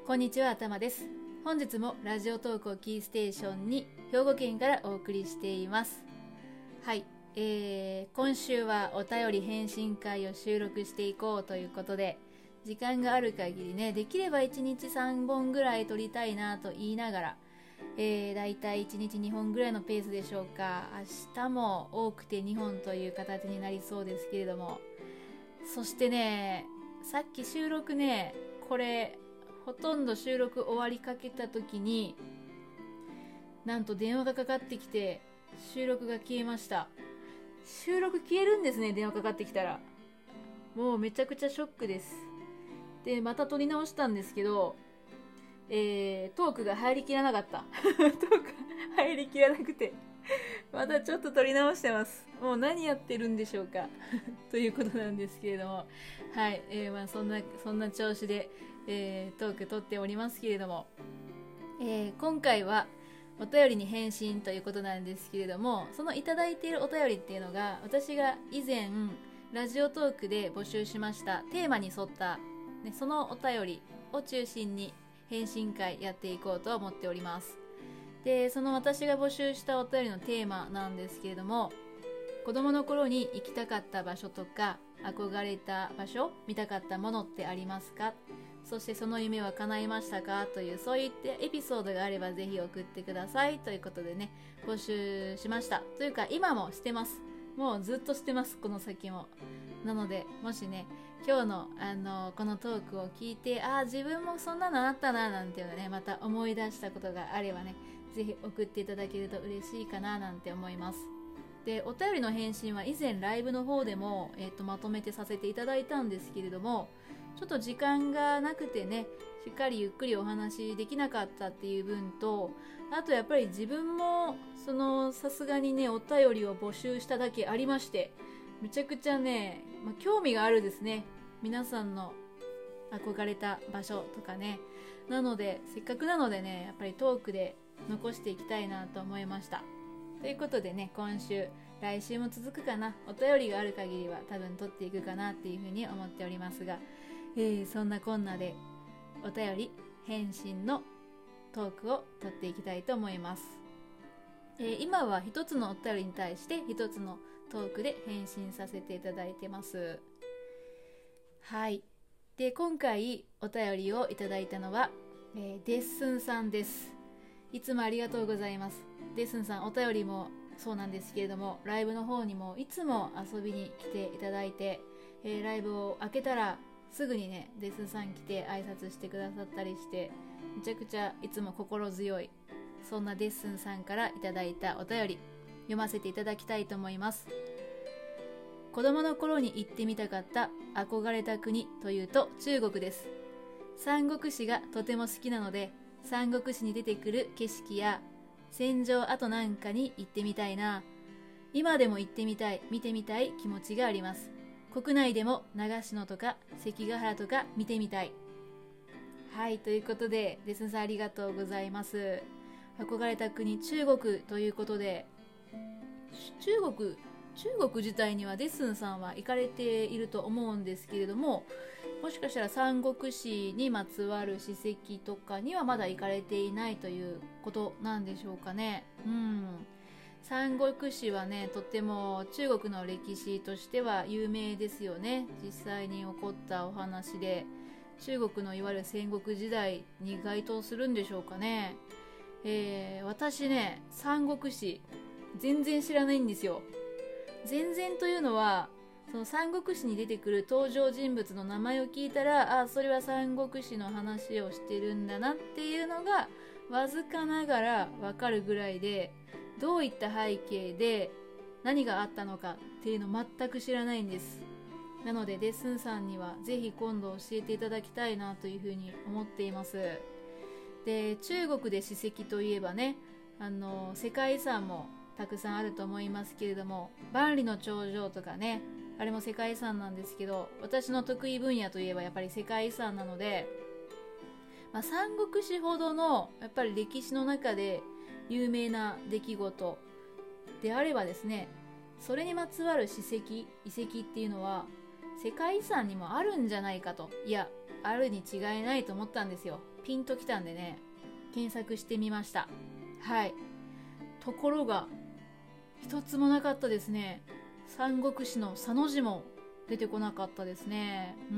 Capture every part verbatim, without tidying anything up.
こんにちは、たまです。本日もラジオトークをキーステーションに兵庫県からお送りしています。はい、えー、今週はお便り返信会を収録していこうということで、時間がある限りね、できればいちにちさんぼんぐらい撮りたいなと言いながら、えー、だいたいいちにちにほんぐらいのペースでしょうか。明日も多くてにほんという形になりそうですけれども、そしてね、さっき収録ね、これほとんど収録終わりかけた時になんと電話がかかってきて収録が消えました。収録消えるんですね、電話かかってきたら。もうめちゃくちゃショックです。でまた撮り直したんですけど、えー、トークが入りきらなかったトーク入りきらなくてまたちょっと撮り直してます。もう何やってるんでしょうかということなんですけれども、はい、えー、まあそんなそんな調子で、えー、トーク撮っておりますけれども、えー、今回はお便りに返信ということなんですけれども、そのいただいているお便りっていうのが、私が以前ラジオトークで募集しましたテーマに沿った、ね、そのお便りを中心に返信会やっていこうと思っております。でその私が募集したお便りのテーマなんですけれども、子供の頃に行きたかった場所とか憧れた場所、見たかったものってありますか、そしてその夢は叶いましたかという、そういったエピソードがあればぜひ送ってくださいということでね、募集しました。というか今もしてます。もうずっとしてます、この先も。なのでもしね、今日のあのこのトークを聞いて、ああ自分もそんなのあったななんていうのね、また思い出したことがあればね、ぜひ送っていただけると嬉しいかななんて思います。でお便りの返信は以前ライブの方でも、えー、とまとめてさせていただいたんですけれども、ちょっと時間がなくてね、しっかりゆっくりお話できなかったっていう分と、あとやっぱり自分もそのさすがにね、お便りを募集しただけありまして、めちゃくちゃね、まあ、興味があるですね、皆さんの憧れた場所とかね。なのでせっかくなのでね、やっぱりトークで残していきたいなと思いました。ということでね、今週来週も続くかな、お便りがある限りは多分撮っていくかなっていうふうに思っておりますが、えー、そんなこんなでお便り返信のトークを撮っていきたいと思います。えー、今は一つのお便りに対して一つのトークで返信させていただいてます。はい。で今回お便りをいただいたのは、えー、デッスンさんです。いつもありがとうございます。デッスンさん、お便りもそうなんですけれども、ライブの方にもいつも遊びに来ていただいて、えー、ライブを開けたらすぐにね、デッスンさん来て挨拶してくださったりして、めちゃくちゃいつも心強い、そんなデッスンさんからいただいたお便り読ませていただきたいと思います。子供の頃に行ってみたかった憧れた国というと中国です。三国志がとても好きなので、三国志に出てくる景色や戦場跡なんかに行ってみたいな。今でも行ってみたい、見てみたい気持ちがあります。国内でも長篠とか関ヶ原とか見てみたい。はい、ということでデスンさんありがとうございます。憧れた国中国ということで、中国中国自体にはデスンさんは行かれていると思うんですけれども、もしかしたら三国志にまつわる史跡とかにはまだ行かれていないということなんでしょうかね。うん、三国志はね、とっても中国の歴史としては有名ですよね。実際に起こったお話で、中国のいわゆる戦国時代に該当するんでしょうかね。えー、私ね、三国志全然知らないんですよ。全然というのは、その三国志に出てくる登場人物の名前を聞いたら、あ、それは三国志の話をしてるんだなっていうのがわずかながらわかるぐらいで、どういった背景で何があったのかっていうの全く知らないんです。なのでデッスンさんにはぜひ今度教えていただきたいなというふうに思っています。で中国で史跡といえばね、あの世界遺産もたくさんあると思いますけれども、万里の長城とかね、あれも世界遺産なんですけど、私の得意分野といえばやっぱり世界遺産なので、まあ、三国志ほどのやっぱり歴史の中で有名な出来事であればですね、それにまつわる史跡遺跡っていうのは世界遺産にもあるんじゃないかと、いやあるに違いないと思ったんですよ。 ピンときたんでね、検索してみました。はい。ところが一つもなかったですね。三国志の佐の字も出てこなかったですね。うん、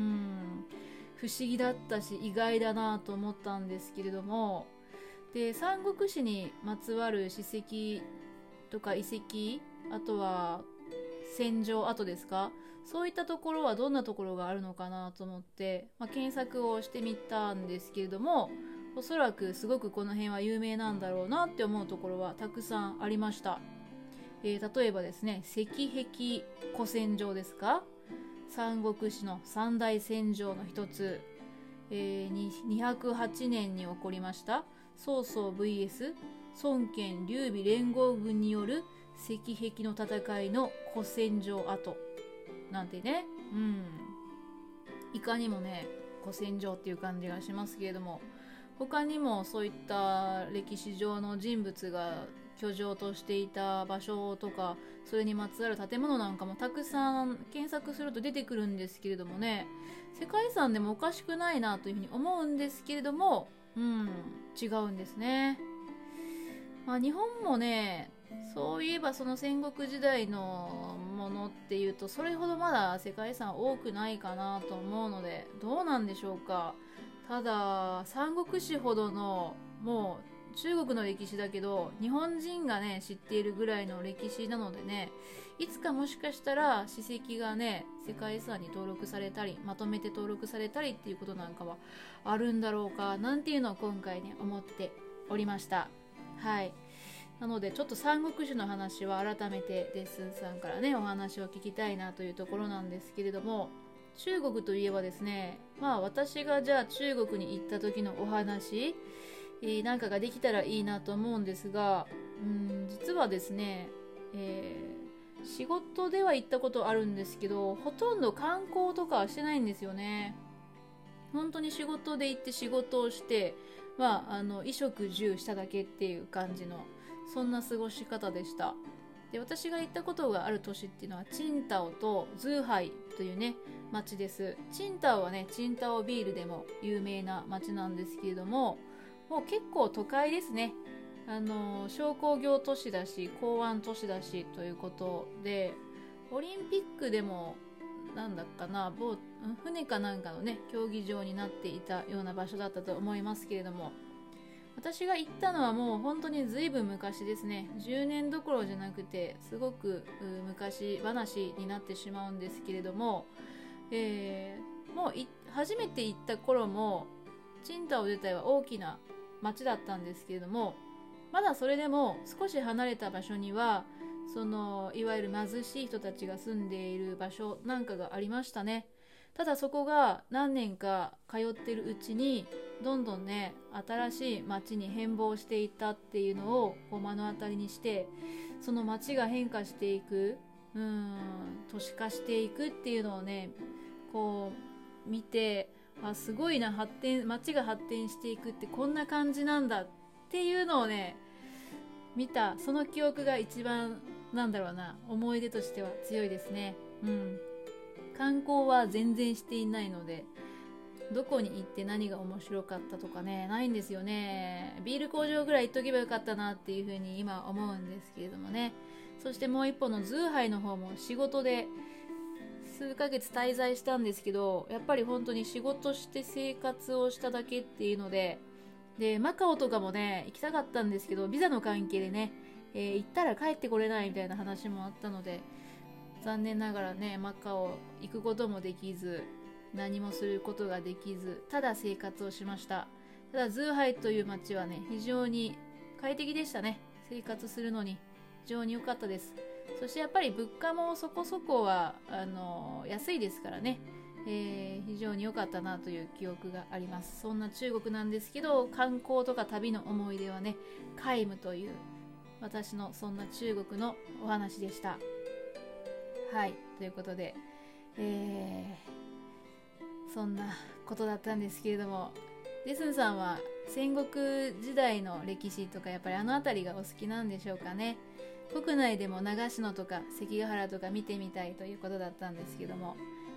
不思議だったし意外だなと思ったんですけれども、で三国志にまつわる史跡とか遺跡、あとは戦場跡ですか、そういったところはどんなところがあるのかなと思って、まあ、検索をしてみたんですけれども、おそらくすごくこの辺は有名なんだろうなって思うところはたくさんありました。えー、例えばですね、石壁古戦場ですか、三国志の三大戦場の一つ、えー、にひゃくはちねんに起こりました曹操 ブイエス 孫権劉備連合軍による石壁の戦いの古戦場跡なんてね、うん、いかにもね古戦場っていう感じがしますけれども、他にもそういった歴史上の人物が居城としていた場所とか、それにまつわる建物なんかもたくさん検索すると出てくるんですけれどもね、世界遺産でもおかしくないなというふうに思うんですけれども、うん、違うんですね。まあ、日本もね、そういえばその戦国時代のものっていうとそれほどまだ世界遺産多くないかなと思うので、どうなんでしょうか。ただ三国志ほどのもう中国の歴史だけど日本人がね知っているぐらいの歴史なのでね、いつかもしかしたら史跡がね世界遺産に登録されたりまとめて登録されたりっていうことなんかはあるんだろうかなんていうのを今回ね思っておりました。はい。なのでちょっと三国志の話は改めてデッスンさんからねお話を聞きたいなというところなんですけれども、中国といえばですね、まあ私がじゃあ中国に行った時のお話なんかができたらいいなと思うんですが、うん、実はですね、えー、仕事では行ったことあるんですけど、ほとんど観光とかはしてないんですよね。本当に仕事で行って仕事をして、まあ、あの衣食住しただけっていう感じのそんな過ごし方でした。で、私が行ったことがある都市っていうのはチンタオとズーハイというね町です。チンタオはねチンタオビールでも有名な町なんですけれども、もう結構都会ですね。あの商工業都市だし港湾都市だしということで、オリンピックでもなんだかなボー船かなんかのね競技場になっていたような場所だったと思いますけれども、私が行ったのはもう本当にずいぶん昔ですね。じゅうねんどころじゃなくてすごく昔話になってしまうんですけれども、えー、もう初めて行った頃もチンタオ自体は大きな町だったんですけれども、まだそれでも少し離れた場所にはそのいわゆる貧しい人たちが住んでいる場所なんかがありましたね。ただそこが何年か通ってるうちにどんどんね新しい町に変貌していったっていうのをこう目の当たりにして、その町が変化していく、うーん都市化していくっていうのをねこう見て、あすごいな、発展町が発展していくってこんな感じなんだっていうのをね見た、その記憶が一番なんだろうな思い出としては強いですね。うん、観光は全然していないのでどこに行って何が面白かったとかねないんですよね。ビール工場ぐらい行っとけばよかったなっていうふうに今思うんですけれどもね。そしてもう一方のズーハイの方も仕事で数ヶ月滞在したんですけど、やっぱり本当に仕事して生活をしただけっていうので、でマカオとかもね行きたかったんですけどビザの関係でね、えー、行ったら帰ってこれないみたいな話もあったので残念ながらねマカオ行くこともできず何もすることができず、ただ生活をしました。ただズーハイという街はね非常に快適でしたね。生活するのに非常に良かったです。そしてやっぱり物価もそこそこはあの安いですからね、えー、非常に良かったなという記憶があります。そんな中国なんですけど、観光とか旅の思い出はね皆無という私のそんな中国のお話でした。はい、ということで、えー、そんなことだったんですけれども、デスンさんは戦国時代の歴史とかやっぱりあの辺りがお好きなんでしょうかね。国内でも長篠とか関ヶ原とか見てみたいということだったんですけども、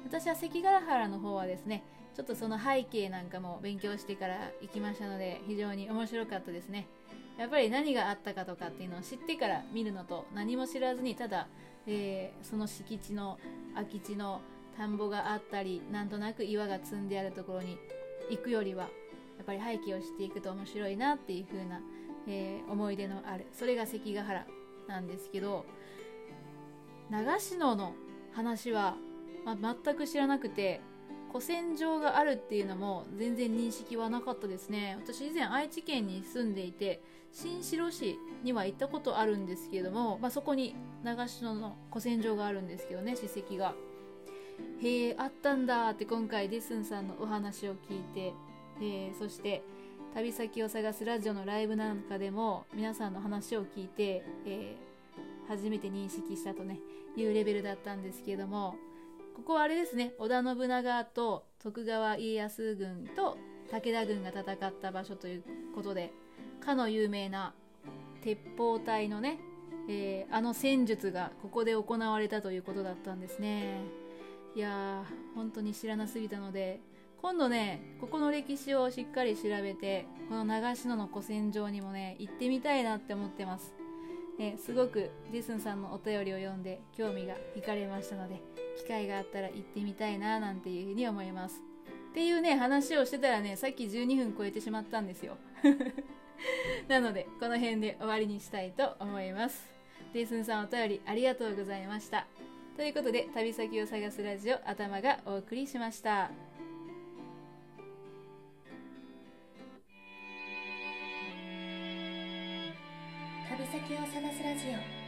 私は関ヶ原の方はですね、ちょっとその背景なんかも勉強してから行きましたので、非常に面白かったですね。やっぱり何があったかとかっていうのを知ってから見るのと、何も知らずにただ、えー、その敷地の空き地の田んぼがあったり、なんとなく岩が積んであるところに行くよりは、やっぱり背景を知っていくと面白いなっていう風な、えー、思い出のある、それが関ヶ原なんですけど、長篠の話は、まあ、全く知らなくて、古戦場があるっていうのも全然認識はなかったですね。私以前愛知県に住んでいて、新城市には行ったことあるんですけれども、まあ、そこに長篠の古戦場があるんですけどね、史跡が。へえ、あったんだって今回デスンさんのお話を聞いて、えー、そして旅先を探すラジオのライブなんかでも皆さんの話を聞いて、えー、初めて認識したとねいうレベルだったんですけれども、ここはあれですね、織田信長と徳川家康軍と武田軍が戦った場所ということで、かの有名な鉄砲隊のね、えー、あの戦術がここで行われたということだったんですね。いやー、本当に知らなすぎたので、今度ね、ここの歴史をしっかり調べて、この長篠の古戦場にもね、行ってみたいなって思ってます。ね、すごくジェスンさんのお便りを読んで興味が惹かれましたので、機会があったら行ってみたいななんていうふうに思います。っていうね、話をしてたらね、さっきじゅうにふん超えてしまったんですよ。なので、この辺で終わりにしたいと思います。ジェスンさんお便りありがとうございました。ということで、旅先を探すラジオ頭がお送りしました。 旅先を探すラジオ。